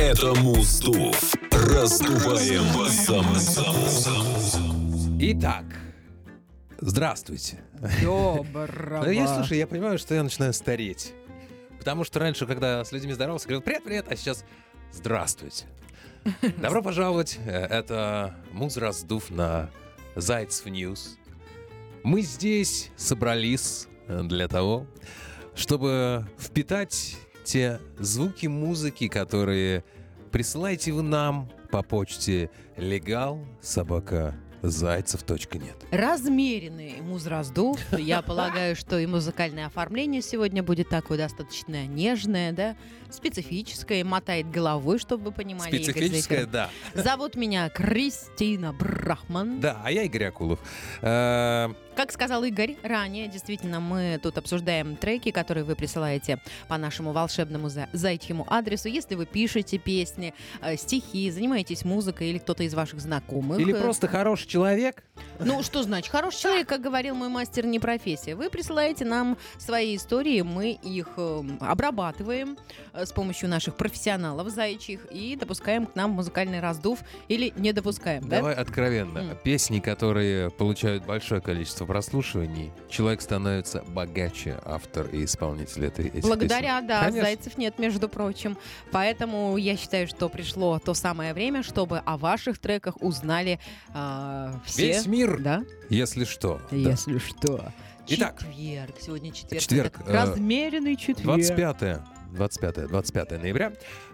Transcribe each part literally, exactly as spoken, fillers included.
Это Муздув. Раздуваем саму. Итак, здравствуйте. Доброго. Ну, я, слушай, я понимаю, что я начинаю стареть. Потому что раньше, когда с людьми здоровался, говорил «привет-привет», а сейчас «здравствуйте». Добро пожаловать. Это Муз Раздув на Зайцев Ньюс. Мы здесь собрались для того, чтобы впитать те звуки музыки, которые присылаете вы нам по почте legal собака зайцев точка нет. Размеренный муз-раздув. Я полагаю, что и музыкальное оформление сегодня будет такое достаточно нежное, да, специфическое, мотает головой, чтобы вы понимали. Специфическое, да. Зовут меня Кристина Брахман. Да, а я Игорь Акулов. Э, Как сказал Игорь ранее, действительно, мы тут обсуждаем треки, которые вы присылаете по нашему волшебному за- зайчьему адресу. Если вы пишете песни, э, стихи, занимаетесь музыкой или кто-то из ваших знакомых. Или э, просто хороший человек. Ну, что значит? Хороший человек, как говорил мой мастер, не профессия. Вы присылаете нам свои истории, мы их э, обрабатываем э, с помощью наших профессионалов заячьих и допускаем к нам в музыкальный раздув или не допускаем, да? Давай откровенно. Mm. Песни, которые получают большое количество прослушиваний, человек становится богаче, автор и исполнитель этой этих Благодаря, песен. да, Конечно. зайцев нет, между прочим. Поэтому я считаю, что пришло то самое время, чтобы о ваших треках узнали э, все. Весь мир, Да? если что. Да. Если что. Итак. Четверг. Сегодня четверг. Четверг, Это э, размеренный четверг. двадцать пятое. двадцать пятое, двадцать пятое ноября.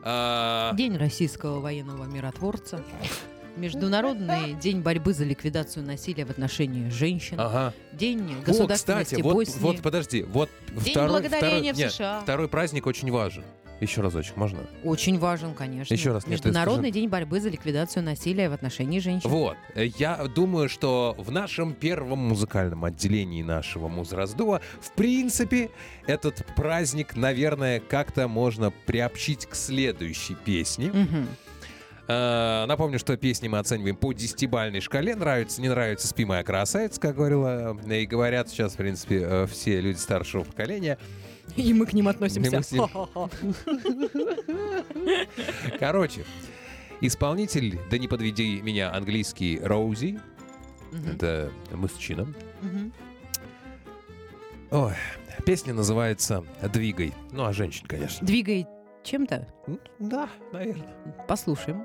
А, День российского военного миротворца. Международный день борьбы за ликвидацию насилия в отношении женщин. Ага. День О, государственности кстати, вот, Боснии. вот подожди, вот День второй, благодарения второй, в нет, США. второй праздник очень важен. Еще разочек, можно? Очень важен, конечно. Еще раз, нет, ты Международный скажи. день борьбы за ликвидацию насилия в отношении женщин. Вот, э, я думаю, что в нашем первом музыкальном отделении нашего Муз-раздува, в принципе, этот праздник, наверное, как-то можно приобщить к следующей песне. Мгм. Э, Напомню, что песни мы оцениваем по десятибалльной шкале. Нравится, не нравится, спи, моя красавица, как говорила. э, И говорят сейчас, в принципе, э, все люди старшего поколения. И мы к ним относимся. И мы с ним. Короче, исполнитель, да не подведи меня, английский Роузи. Мгм. Это мужчина. Мгм. Ой, песня называется «Двигай». Ну, а женщин, конечно. Двигай чем-то? М, Да, наверное. Послушаем.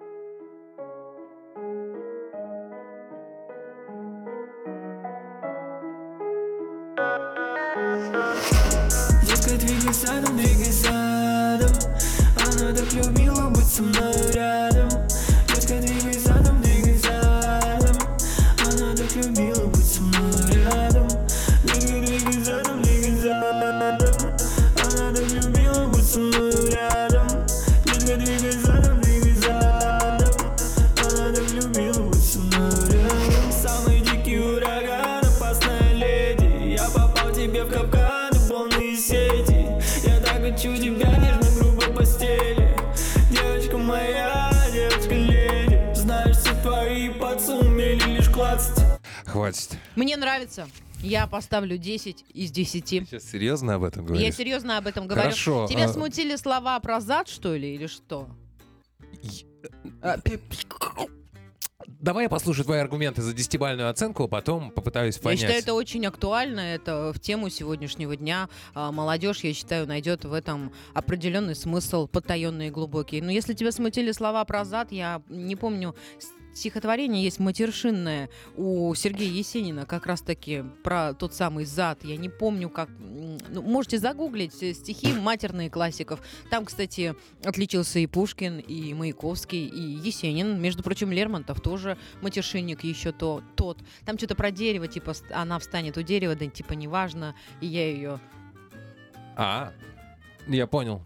Детка, двигай задом, двигай задом. Она так любила быть со мной рядом. Детка, двигай задом, двигай задом. Она так любила быть со мной рядом. Двигай, двигай задом, двигай задом. Она так любила быть со мной рядом. Детка, двигай задом, двигай задом. Она так любила быть со мной рядом. Самый дикий ураган, опасная леди. Я попал тебе в капкан. Сети. Я так хочу тебя нежно, грубой постели. Девочка моя, девочка леди. Знаешь, все твои пацаны умели лишь клацать. Хватит. Мне нравится. Я поставлю десять из десяти. Сейчас серьезно об этом говоришь? Я серьезно об этом говорю. Хорошо, Тебя а- смутили слова про зад, что ли, или что? А, Давай я послушаю твои аргументы за десятибалльную оценку, а потом попытаюсь Я понять. считаю, это очень актуально, это в тему сегодняшнего дня. А, Молодежь, я считаю, найдет в этом определенный смысл, потаенный и глубокий. Но если тебя смутили слова про зад, я не помню, стихотворение есть матершинное у Сергея Есенина, как раз-таки про тот самый зад. Я не помню, как... Ну, можете загуглить стихи матерные классиков. Там, кстати, отличился и Пушкин, и Маяковский, и Есенин. Между прочим, Лермонтов тоже матершинник еще то, тот. Там что-то про дерево, типа, она встанет у дерева, да типа неважно, и я ее... А, я понял.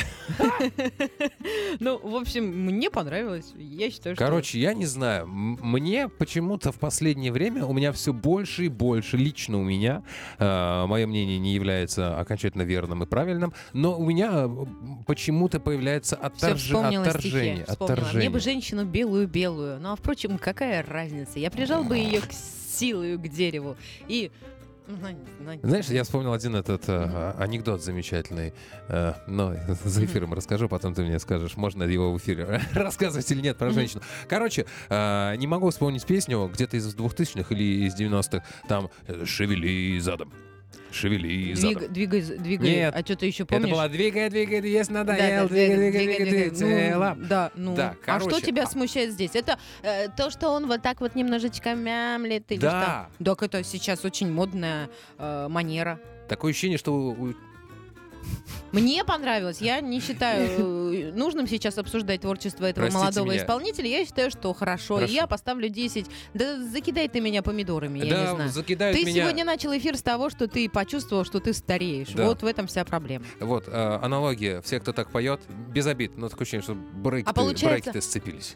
Ну, в общем, мне понравилось. Я считаю, что... Короче, я не знаю. М- Мне почему-то в последнее время у меня все больше и больше, лично у меня, э, мое мнение не является окончательно верным и правильным, но у меня э, почему-то появляется Все, отторж... вспомнила отторжение. стихи. Вспомнила. Мне отторжение. бы женщину белую-белую. Ну, а впрочем, какая разница? Я прижал бы ее к силою, к дереву и Знаешь, я вспомнил один этот э, анекдот замечательный, э, но за эфиром расскажу, потом ты мне скажешь, можно его в эфире рассказывать или нет про женщину. Короче, э, не могу вспомнить песню где-то из двухтысячных или из девяностых, там «Шевели задом». Шевели задом. Двигай, двигай. Нет, а что-то еще помнишь? это была «Двигай, двигай, если Да, да, надоел, двигай, двигай, двигай, двигай, двигай, двигай. тела». Ну, да, ну. Да, а что короче, тебя а- смущает здесь? Это э, то, что он вот так вот немножечко мямлит или Да. что? Так это сейчас очень модная э, манера. Такое ощущение, что у- Мне понравилось. Я не считаю э, нужным сейчас обсуждать творчество этого Простите молодого меня. исполнителя. Я считаю, что хорошо. Хорошо. И я поставлю десять. Да закидай ты меня помидорами, я не да, знаю. закидают Ты меня... сегодня начал эфир с того, что ты почувствовал, что ты стареешь. Да. Вот в этом вся проблема. Вот, э, аналогия. Все, кто так поет, без обид, но такое ощущение, что брейки-то, А получается- брейки-то сцепились.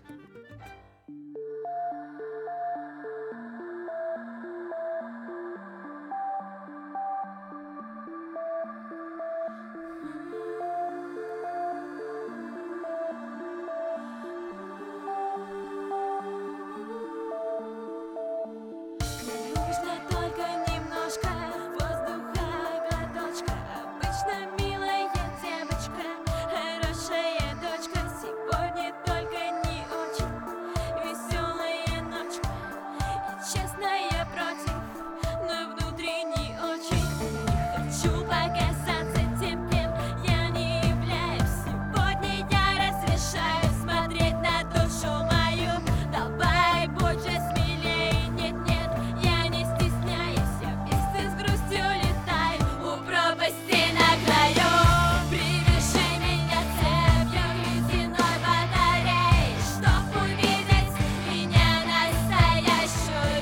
Нужно только немножко воздуха, глоточка. Обычно милая девочка, хорошая дочка. Сегодня только не очень веселая ночка. И честно, я против, но внутри не очень. Не хочу показаться тем, кем я не являюсь. Сегодня я разрешаю смотреть на душу мою. Давай больше смелее, нет-нет, я не стесняюсь. Я вместе с грустью летаю у пропасти на краю. Привяжи меня цепью ледяной батареи, чтоб увидеть меня настоящую.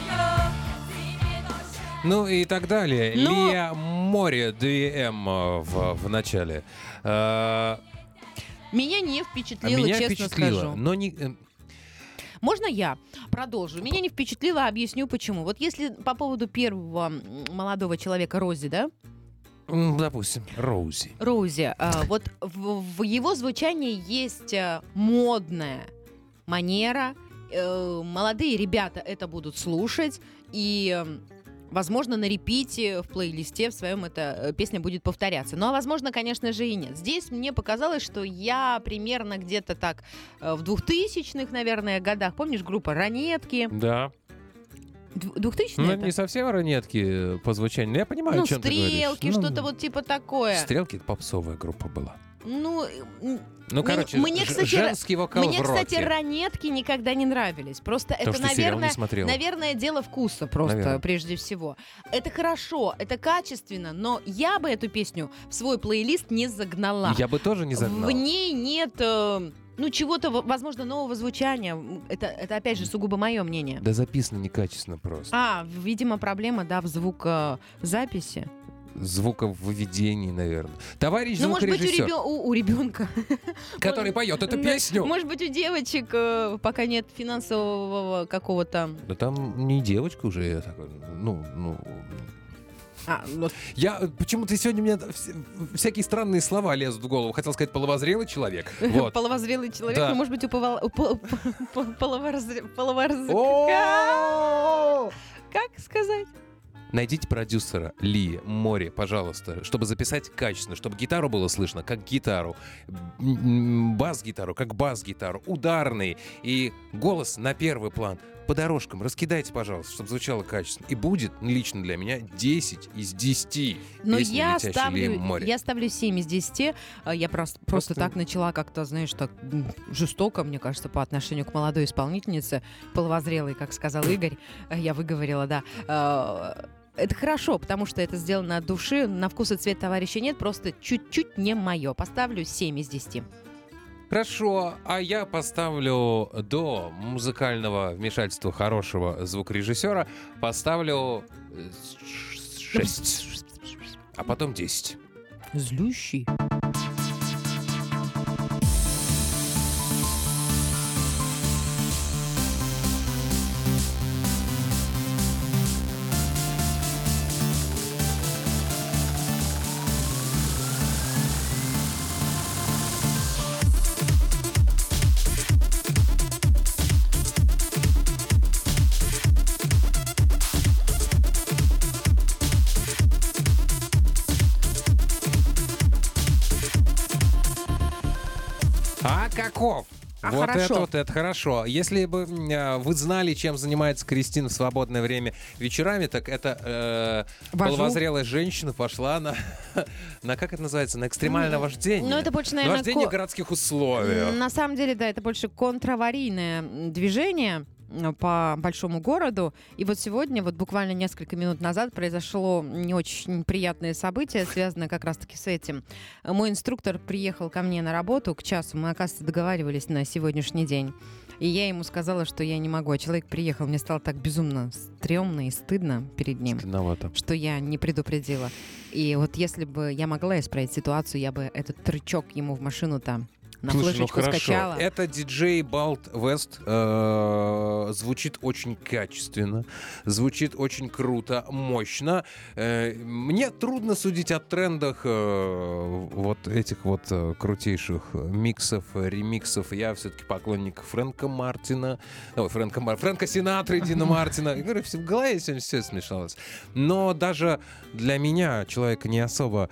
Тебе душа. Ну и так далее. Ну- Лия Море, ди эм э, в, в начале. Э, Меня не а впечатлило, меня честно впечатлило, скажу. но не... э, Можно я продолжу? Меня не впечатлило, объясню почему. Вот если по поводу первого м, молодого человека Рози, да? м, допустим, Роузи. Роузи, а, вот в, в его звучании есть а, модная манера. Э, молодые ребята это будут слушать и, э, возможно, на репите в плейлисте в своем эта э, песня будет повторяться. Ну, а возможно, конечно же, и нет. Здесь мне показалось, что я примерно где-то так э, в двухтысячных, наверное, годах. Помнишь группа «Ранетки»? Да. Дв- Двухтысячные Ну, это? не совсем ранетки по звучанию, но я понимаю, Ну, о чем ты говоришь. «Стрелки», Ну, что-то вот типа такое. Стрелки — это попсовая группа была. Ну, м, Ну, Мне- короче, мне, ж- кстати, женский вокал мне, в кстати, роке. ранетки никогда не нравились. Просто Потому это, что сериал наверное, не смотрел. наверное, дело вкуса просто, Наверное. прежде всего. Это хорошо, это качественно, но я бы эту песню в свой плейлист не загнала. Я бы тоже не загнал. В ней нет, э, ну, чего-то, в- возможно, нового звучания. Это, это опять же, сугубо мое мнение. Да записано некачественно просто. А, видимо, проблема, да, в звукозаписи. Звуковыведении, наверное. Товарищ Ну, может быть, у, звукорежиссер, ребё- у, у ребенка. который поет эту Да, песню. Может быть, у девочек э, пока нет финансового какого-то... Да там не девочка уже, я такой, ну, ну... А, вот. Я, почему-то сегодня у меня вс- всякие странные слова лезут в голову. Хотел сказать половозрелый человек. Вот. Половозрелый человек, Да. ну, может быть, у повал- у по- по- половоразре- половораз- О! Как сказать? Найдите продюсера Ли Море, пожалуйста, чтобы записать качественно, чтобы гитару было слышно как гитару, м, м, бас-гитару как бас-гитару, ударный и голос на первый план. По дорожкам раскидайте, пожалуйста, чтобы звучало качественно. И будет лично для меня десять из десяти. Но песни я «Летящий ставлю, Ли Море». я ставлю семь из десяти. А, Я просто, просто Просто- так начала как-то, знаешь, так м, жестоко, мне кажется, по отношению к молодой исполнительнице, половозрелой, как сказал Игорь. А, Я выговорила, да. А, Это хорошо, потому что это сделано от души. На вкус и цвет товарища нет, просто чуть-чуть не мое. Поставлю семь из десяти. Хорошо, а я поставлю до музыкального вмешательства хорошего звукорежиссера, поставлю шесть, а потом десять. Злющий. А каков? А вот хорошо. это вот, это хорошо. Если бы э, вы знали, чем занимается Кристина в свободное время вечерами, так это э, Вожу. половозрелая женщина пошла на, на, как это называется, на экстремальное вождение. Ну, это больше, На наверное, вождение ко- в городских условиях. На самом деле, да, это больше контраварийное м, движение э, по большому городу. И вот сегодня, вот буквально несколько минут назад, произошло не очень приятное событие, связанное как раз-таки с этим. Мой инструктор приехал ко мне на работу к часу. Мы, оказывается, договаривались на сегодняшний день. И я ему сказала, что я не могу. А человек приехал, мне стало так безумно стрёмно и стыдно перед ним, Стыдновато. что я не предупредила. И вот если бы я могла исправить ситуацию, я бы этот трючок ему в машину там на Слушай, ну флешечку хорошо. скачала. Это диджей Балт Вест. э, Звучит очень качественно. Звучит очень круто, мощно. Э, Мне трудно судить о трендах э, вот этих вот э, крутейших миксов, ремиксов. Я все-таки поклонник Фрэнка Мартина. Ой, Фрэнка, Мар... Фрэнка Синатры и Дина Мартина. Я говорю, в голове сегодня все смешалось. Но даже для меня, человека не особо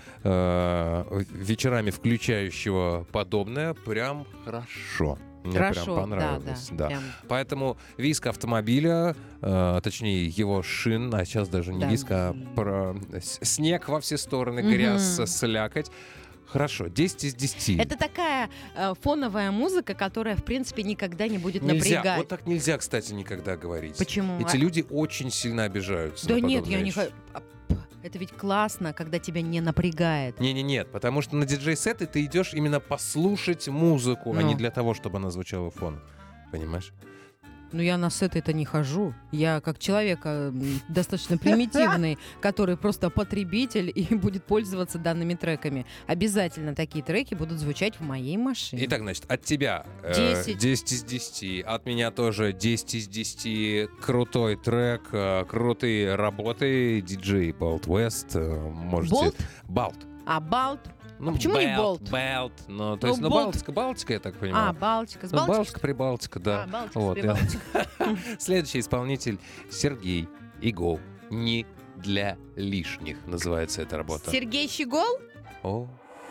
э, вечерами включающего подобное, прям хорошо. Мне Хорошо, прям понравилось. да, да, да. прям. Поэтому виск автомобиля, э, точнее его шин, а сейчас даже не Да. виск, а про... с- снег во все стороны, Мгм. грязь, слякоть. Хорошо, десять из десяти. Это такая э, фоновая музыка, которая, в принципе, никогда не будет Нельзя, напрягать. вот так нельзя, кстати, никогда говорить. Почему? Эти А- люди очень сильно обижаются. Да на нет, подобные я не вещи. хочу. Это ведь классно, когда тебя не напрягает. Не-не-нет, потому что на диджей-сеты ты идешь именно послушать музыку, а Ну. не для того, чтобы она звучала фоном. Понимаешь? Но я на сеты-то не хожу. Я как человек э, м, достаточно примитивный, который просто потребитель и будет пользоваться данными треками. Обязательно такие треки будут звучать в моей машине. Итак, значит, от тебя э, Десять. десять из десяти, от меня тоже десять из десяти. Крутой трек, э, крутые работы, диджей Балт Вест. э, Можете... Болт? Балт. А Балт? Ну, почему не Белт, Болт? Белт. Ну, то Ну, есть, ну, Болт. Балтика, Балтика, я так понимаю. А, Балтика. С Ну, Балтики, Балтика, Прибалтика, да. А, Балтика, Вот, я- Прибалтика. Следующий исполнитель Сергей Игол. Не для лишних называется эта работа. Сергей Щегол? О.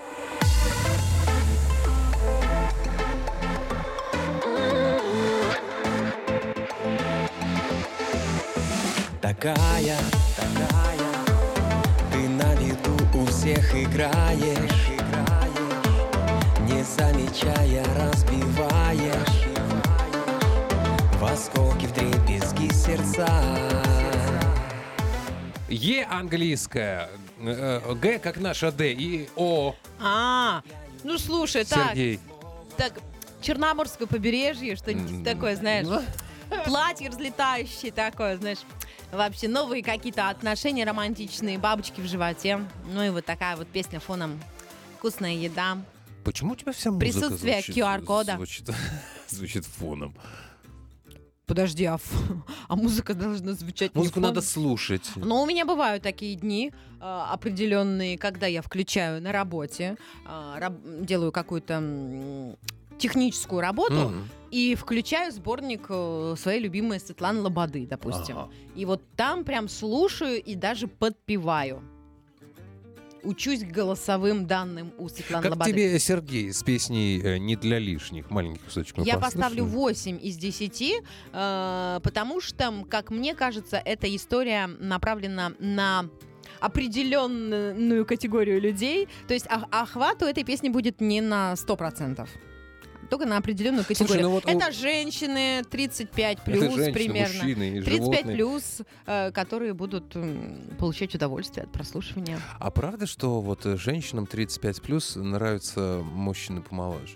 Такая, такая, ты на виду у всех играешь, не замечая разбиваешь в осколки, вдребезги сердца. Е английская, э, э, Г как наша Д и О. А, ну слушай, так, Сергей. так, Черноморское побережье, что-нибудь М, такое, знаешь. ну. Платье разлетающее такое, знаешь. Вообще новые какие-то отношения романтичные, бабочки в животе. Ну и вот такая вот песня фоном. Вкусная еда. Почему у тебя вся музыка Присутствие звучит, ку ар-кода. звучит, звучит фоном? Подожди, а, ф- а музыка должна звучать не Музыку фоном? надо слушать. Но у меня бывают такие дни э, определенные, когда я включаю на работе, э, раб- делаю какую-то м, техническую работу Мгм. и включаю сборник э, своей любимой Светланы Лободы, допустим. Ага. И вот там прям слушаю и даже подпеваю. Учусь голосовым данным у Светланы Как Лободы. тебе, Сергей, с песней э, «Не для лишних»? Маленький кусочек мы Я послушаем. поставлю восемь из десяти, э, потому что, как мне кажется, эта история направлена на определенную категорию людей. То есть ох- охват у этой песни будет не на сто процентов. Только на определенную Слушай, категорию. ну вот у- Это женщины тридцать пять Это плюс женщины, примерно. мужчины и тридцать пять животные. плюс, э, которые будут м, получать удовольствие от прослушивания. А правда, что вот э, женщинам тридцать пять плюс нравятся мужчины помоложе?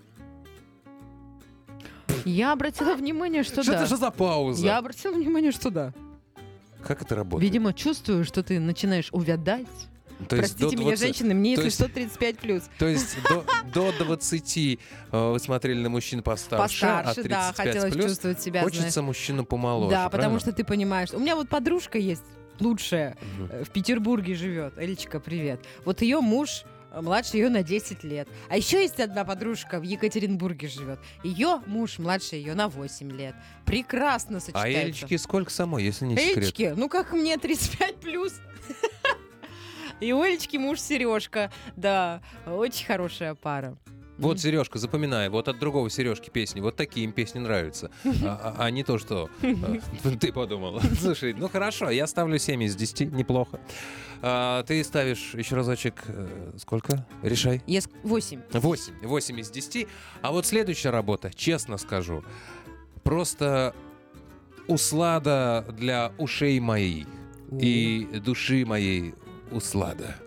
Я обратила внимание, что, Что да. это же за пауза? Я обратила внимание, что да. Как это работает? Видимо, чувствую, что ты начинаешь увядать. То есть Простите до меня, двадцати женщины, мне то если есть- что, тридцать пять плюс. То есть до, до двадцати э, вы смотрели на мужчин постарше, а Постарше, да, тридцать пять хотелось плюс чувствовать себя, хочется знаешь. мужчину помоложе. Да, потому правильно? что ты понимаешь. У меня вот подружка есть, лучшая, Мгм. э, в Петербурге живет. Элечка, привет. Вот ее муж э, младше ее на десять лет. А еще есть одна подружка в Екатеринбурге живет. Ее муж младше ее на восемь лет. Прекрасно А сочетается. Элечки сколько самой, если не секрет? Элечки, ну как мне тридцать пять плюс. И у Элечки муж Сережка. Да, очень хорошая пара. Вот Сережка, запоминай, вот от другого Сережки песни, вот такие им песни нравятся. А, а- а не то, что а, ты подумал. Слушай, ну хорошо, я ставлю семь из десяти, неплохо. А, ты ставишь еще разочек, э, сколько? Решай. Я ск- восемь. восемь. восемь из десяти. А вот следующая работа, честно скажу, просто услада для ушей моих и души моей услада.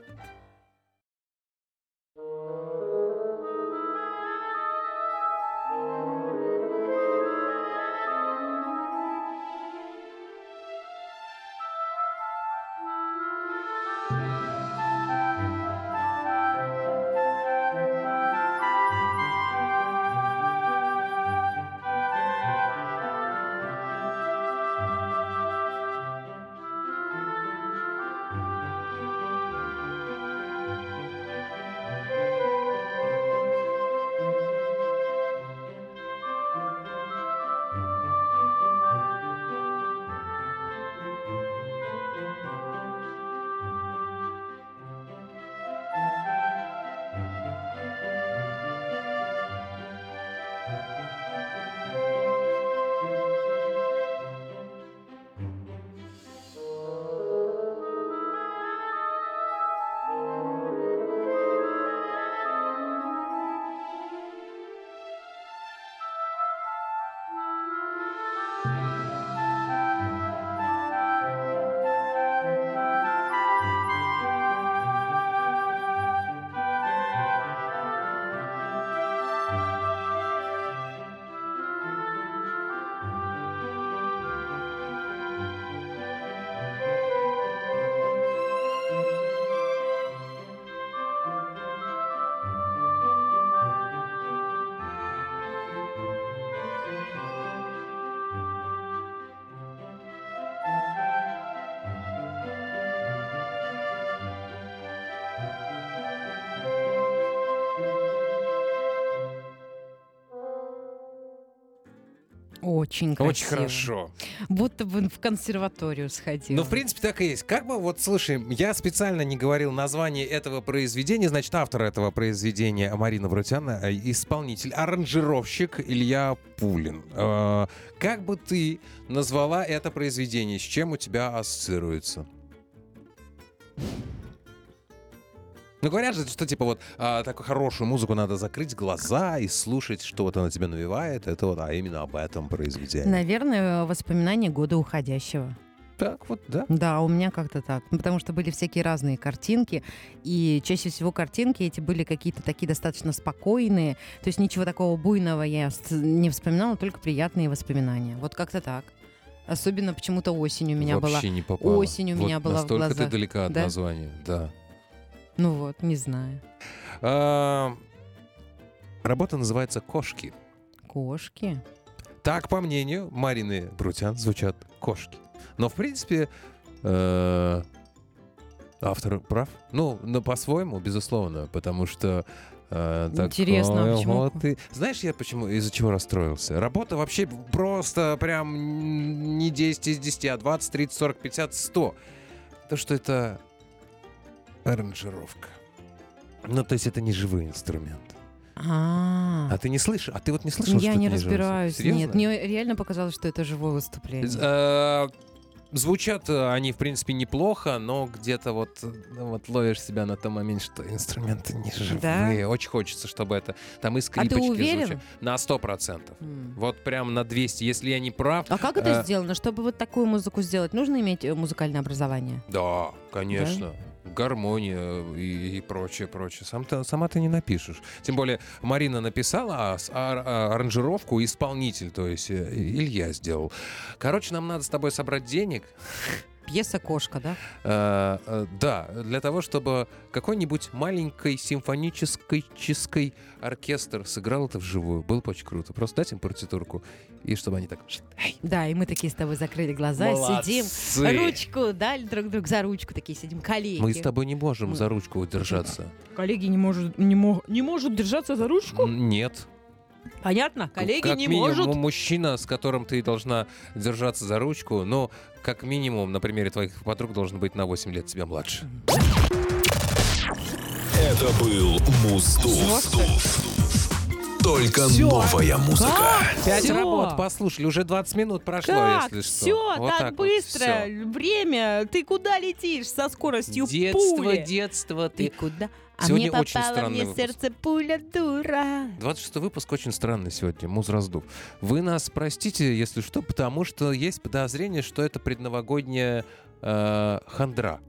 Очень красиво. Очень хорошо. Будто бы в консерваторию сходил. Ну, в принципе, так и есть. Как бы, вот, слушай, я специально не говорил название этого произведения, значит, автор этого произведения Марина Брутяна, э, исполнитель, аранжировщик Илья Пулин. Э, Как бы ты назвала это произведение? С чем у тебя ассоциируется? Ну, говорят же, что, типа, вот а, такую хорошую музыку надо закрыть глаза и слушать, что вот она тебе навевает. Это вот, а именно об этом произведении. Наверное, воспоминания года уходящего. Так вот, да? Да, у меня как-то так. Ну, потому что были всякие разные картинки, и чаще всего картинки эти были какие-то такие достаточно спокойные. То есть ничего такого буйного я с- не вспоминала, только приятные воспоминания. Вот как-то так. Особенно почему-то осень у меня была. Вообще не попала. осень у Вот меня была в настолько глазах. ты далека от Да? названия, да. Ну вот, не знаю. А, Работа называется «Кошки». Кошки. Так, по мнению Марины Брутян, звучат кошки. Но, в принципе, э, автор прав. Ну, но по-своему, безусловно, потому что... э, Интересно, а такое почему? вот и- Знаешь, я почему, из-за чего расстроился? Работа вообще просто прям не десять из десяти, а двадцать, тридцать, сорок, пятьдесят, сто. То, что это аранжировка. Ну, то есть это не живой инструмент. А, А ты не слышишь? А ты вот не слышал, я что не это живой инструмент? разбираюсь. Серьезно? Нет, мне реально показалось, что это живое выступление. Э, Звучат э, они, в принципе, неплохо, но где-то вот, э, вот ловишь себя на том моменте, что инструменты не живые. Очень хочется, чтобы это... Там и скрипочки уверен? звучат. На сто процентов. М. Вот прям на двести. Если я не прав... А как это э, сделано? Чтобы вот такую музыку сделать, нужно иметь э, музыкальное образование? Да, конечно. Гармония и, и прочее, прочее. Сам ты, сама ты не напишешь. Тем более Марина написала, а, с- а- а- аранжировку исполнитель, то есть э, Илья сделал. Короче, нам надо с тобой собрать денег. Пьеса «Кошка», да? Э, э, да, для того, чтобы какой-нибудь маленький симфонический чиской оркестр сыграл это вживую. Было бы очень круто. Просто дать им партитурку, и чтобы они так... «Эй, Да, и мы такие с тобой закрыли глаза, молодцы!» сидим, ручку дали друг другу за ручку, такие сидим, коллеги. Мы с тобой не можем Мы- за ручку удержаться. Коллеги не, может, не, мо- не можут держаться за ручку? М, Нет. Понятно? Коллеги как не минимум, могут. мужчина, с которым ты должна держаться за ручку, но как минимум, на примере твоих подруг, должен быть на восемь лет тебя младше. Это был Муздув. Всё, что ли? Только Всё. новая музыка. Пять Всё. работ послушали, уже двадцать минут прошло, Как? если что. Все, Вот так, вот, быстро. всё. Время. Ты куда летишь со скоростью Детство, пули? детство, Ты ты... куда? А Сегодня мне очень попала странный мне в выпуск. сердце пуля дура. двадцать шестой выпуск очень странный сегодня, Муз-раздув. Вы нас простите, если что, потому что есть подозрение, что это предновогодняя э, хандра.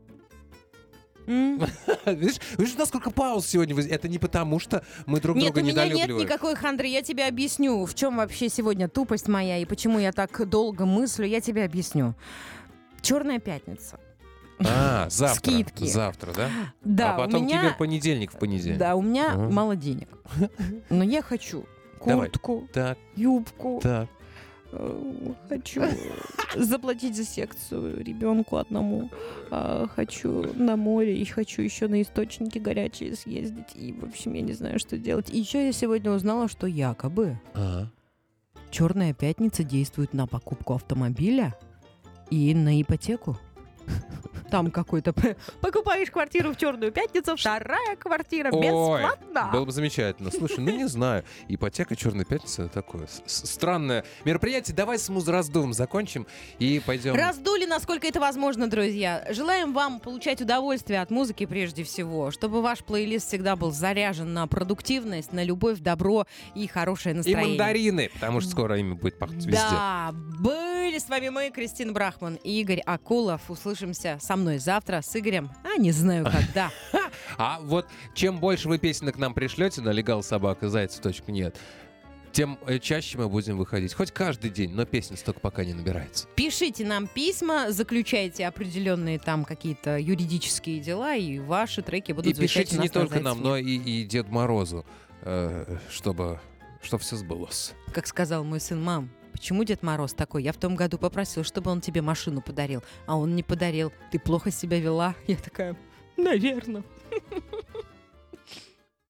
М? Видишь, видишь, насколько пауз сегодня? воз- Это не потому, что мы друг Нет, друга у меня нет недолюбливаем. никакой хандры. Я тебе объясню, в чем вообще сегодня тупость моя и почему я так долго мыслю. Я тебе объясню. Черная пятница. А, завтра. Скидки. Завтра, да? Да, а потом у меня... киберпонедельник в понедельник. Да, у меня Ага. мало денег. Но я хочу Давай. куртку, Так, юбку. так. Э, Хочу заплатить за секцию ребенку одному. А, Хочу на море и хочу еще на источники горячие съездить. И, в общем, я не знаю, что делать. И еще я сегодня узнала, что якобы А. Черная пятница действует на покупку автомобиля и на ипотеку. Там какой-то... Покупаешь квартиру в Черную пятницу, вторая квартира Ой, бесплатно. Было бы замечательно. Слушай, ну не знаю. Ипотека Черная пятница такое с- с- странное мероприятие. Давай с муз-раздувом закончим и пойдем. Раздули, насколько это возможно, друзья. Желаем вам получать удовольствие от музыки прежде всего, чтобы ваш плейлист всегда был заряжен на продуктивность, на любовь, добро и хорошее И настроение. мандарины, потому что скоро ими будет пахнуть везде. Да, были с вами мы, Кристина Брахман и Игорь Акулов. Услышимся со мной завтра с Игорем, а не знаю когда. А вот чем больше вы песенок нам пришлете на легал собака зайцев точка нет, тем э, чаще мы будем выходить. Хоть каждый день, но песен столько пока не набирается. Пишите нам письма, заключайте определенные там какие-то юридические дела, и ваши треки будут И звучать пишите у нас не на только Зайцев нам, нет. но и, и Деду Морозу, э, чтобы, чтобы все сбылось. Как сказал мой сын: мам, почему Дед Мороз такой? Я в том году попросил, чтобы он тебе машину подарил, а он не подарил. Ты плохо себя вела? Я такая: наверное.